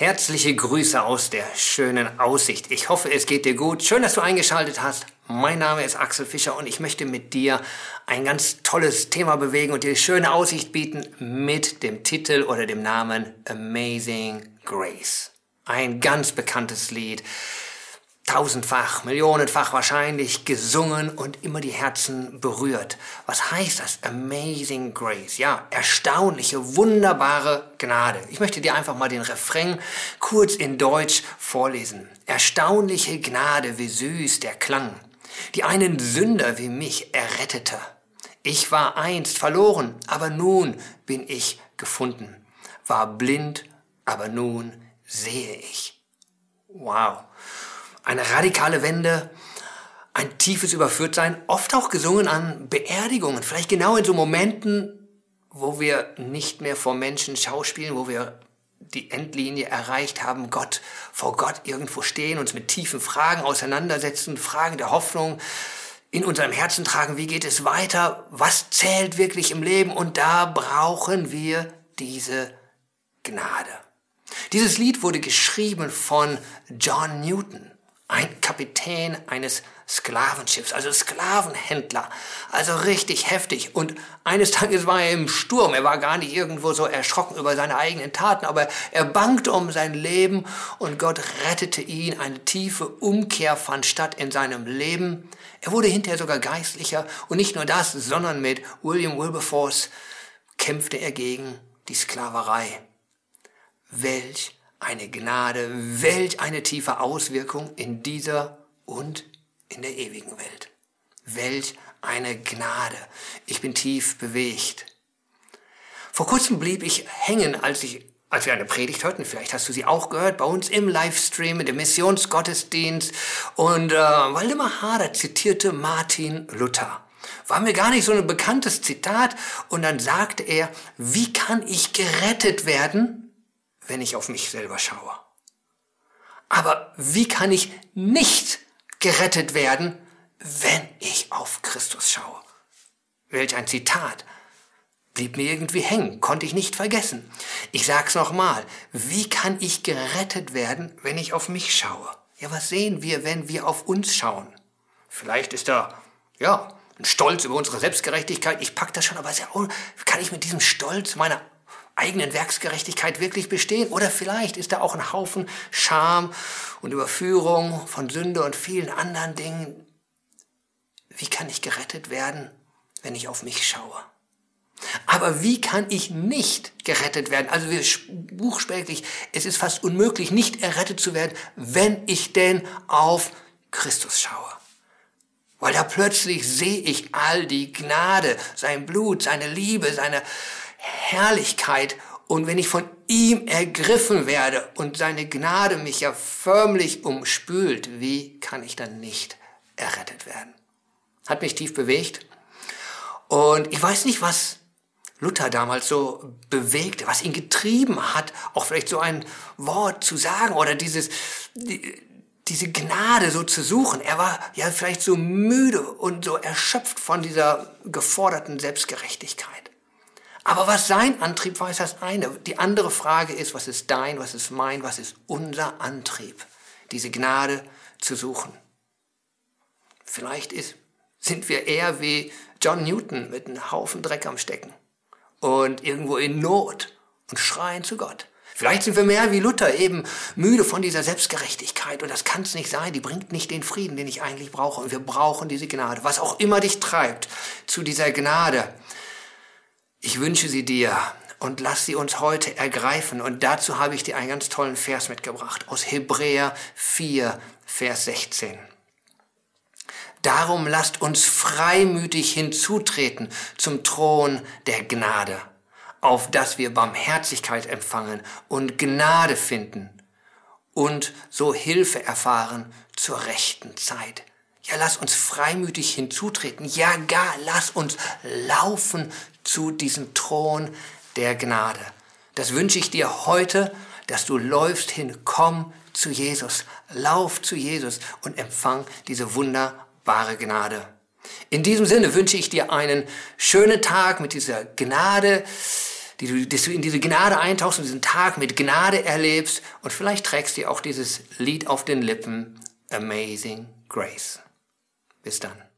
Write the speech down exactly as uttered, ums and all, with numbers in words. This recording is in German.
Herzliche Grüße aus der schönen Aussicht. Ich hoffe, es geht dir gut. Schön, dass du eingeschaltet hast. Mein Name ist Axel Fischer und ich möchte mit dir ein ganz tolles Thema bewegen und dir schöne Aussicht bieten mit dem Titel oder dem Namen Amazing Grace. Ein ganz bekanntes Lied, tausendfach, millionenfach wahrscheinlich gesungen und immer die Herzen berührt. Was heißt das? Amazing Grace. Ja, erstaunliche, wunderbare Gnade. Ich möchte dir einfach mal den Refrain kurz in Deutsch vorlesen. Erstaunliche Gnade, wie süß der Klang, die einen Sünder wie mich errettete. Ich war einst verloren, aber nun bin ich gefunden. War blind, aber nun sehe ich. Wow. Eine radikale Wende, ein tiefes Überführtsein, oft auch gesungen an Beerdigungen, vielleicht genau in so Momenten, wo wir nicht mehr vor Menschen schauspielen, wo wir die Endlinie erreicht haben, Gott, vor Gott irgendwo stehen, uns mit tiefen Fragen auseinandersetzen, Fragen der Hoffnung in unserem Herzen tragen, wie geht es weiter, was zählt wirklich im Leben, und da brauchen wir diese Gnade. Dieses Lied wurde geschrieben von John Newton, ein Kapitän eines Sklavenschiffs, also Sklavenhändler, also richtig heftig. Und eines Tages war er im Sturm, er war gar nicht irgendwo so erschrocken über seine eigenen Taten, aber er bangte um sein Leben und Gott rettete ihn. Eine tiefe Umkehr fand statt in seinem Leben. Er wurde hinterher sogar Geistlicher, und nicht nur das, sondern mit William Wilberforce kämpfte er gegen die Sklaverei. Welch eine Gnade, welch eine tiefe Auswirkung in dieser und in der ewigen Welt. Welch eine Gnade. Ich bin tief bewegt. Vor kurzem blieb ich hängen, als ich, als wir eine Predigt hörten, vielleicht hast du sie auch gehört, bei uns im Livestream, in dem Missionsgottesdienst. Und äh, Waldemar Harder zitierte Martin Luther. War mir gar nicht so ein bekanntes Zitat. Und dann sagte er, wie kann ich gerettet werden, wenn ich auf mich selber schaue? Aber wie kann ich nicht gerettet werden, wenn ich auf Christus schaue? Welch ein Zitat. Blieb mir irgendwie hängen, konnte ich nicht vergessen. Ich sag's nochmal. Wie kann ich gerettet werden, wenn ich auf mich schaue? Ja, was sehen wir, wenn wir auf uns schauen? Vielleicht ist da, ja, ein Stolz über unsere Selbstgerechtigkeit. Ich pack das schon, aber ist ja auch, kann ich mit diesem Stolz meiner eigenen Werksgerechtigkeit wirklich bestehen? Oder vielleicht ist da auch ein Haufen Scham und Überführung von Sünde und vielen anderen Dingen. Wie kann ich gerettet werden, wenn ich auf mich schaue? Aber wie kann ich nicht gerettet werden? Also wir buchstäblich, es ist fast unmöglich, nicht errettet zu werden, wenn ich denn auf Christus schaue. Weil da plötzlich sehe ich all die Gnade, sein Blut, seine Liebe, seine Herrlichkeit, und wenn ich von ihm ergriffen werde und seine Gnade mich ja förmlich umspült, wie kann ich dann nicht errettet werden? Hat mich tief bewegt, und ich weiß nicht, was Luther damals so bewegte, was ihn getrieben hat, auch vielleicht so ein Wort zu sagen oder dieses, die, diese Gnade so zu suchen. Er war ja vielleicht so müde und so erschöpft von dieser geforderten Selbstgerechtigkeit. Aber was sein Antrieb war, ist das eine. Die andere Frage ist, was ist dein, was ist mein, was ist unser Antrieb, diese Gnade zu suchen? Vielleicht ist, sind wir eher wie John Newton mit einem Haufen Dreck am Stecken und irgendwo in Not und schreien zu Gott. Vielleicht sind wir mehr wie Luther, eben müde von dieser Selbstgerechtigkeit, und das kann es nicht sein. Die bringt nicht den Frieden, den ich eigentlich brauche, und wir brauchen diese Gnade. Was auch immer dich treibt zu dieser Gnade, ich wünsche sie dir und lass sie uns heute ergreifen. Und dazu habe ich dir einen ganz tollen Vers mitgebracht aus Hebräer vier, Vers sechzehn. Darum lasst uns freimütig hinzutreten zum Thron der Gnade, auf dass wir Barmherzigkeit empfangen und Gnade finden und so Hilfe erfahren zur rechten Zeit. Ja, lass uns freimütig hinzutreten. Ja, gar, lass uns laufen zu diesem Thron der Gnade. Das wünsche ich dir heute, dass du läufst hin. Komm zu Jesus, lauf zu Jesus und empfang diese wunderbare Gnade. In diesem Sinne wünsche ich dir einen schönen Tag mit dieser Gnade, die du, dass du in diese Gnade eintauchst und diesen Tag mit Gnade erlebst und vielleicht trägst du auch dieses Lied auf den Lippen, Amazing Grace. Bis dann.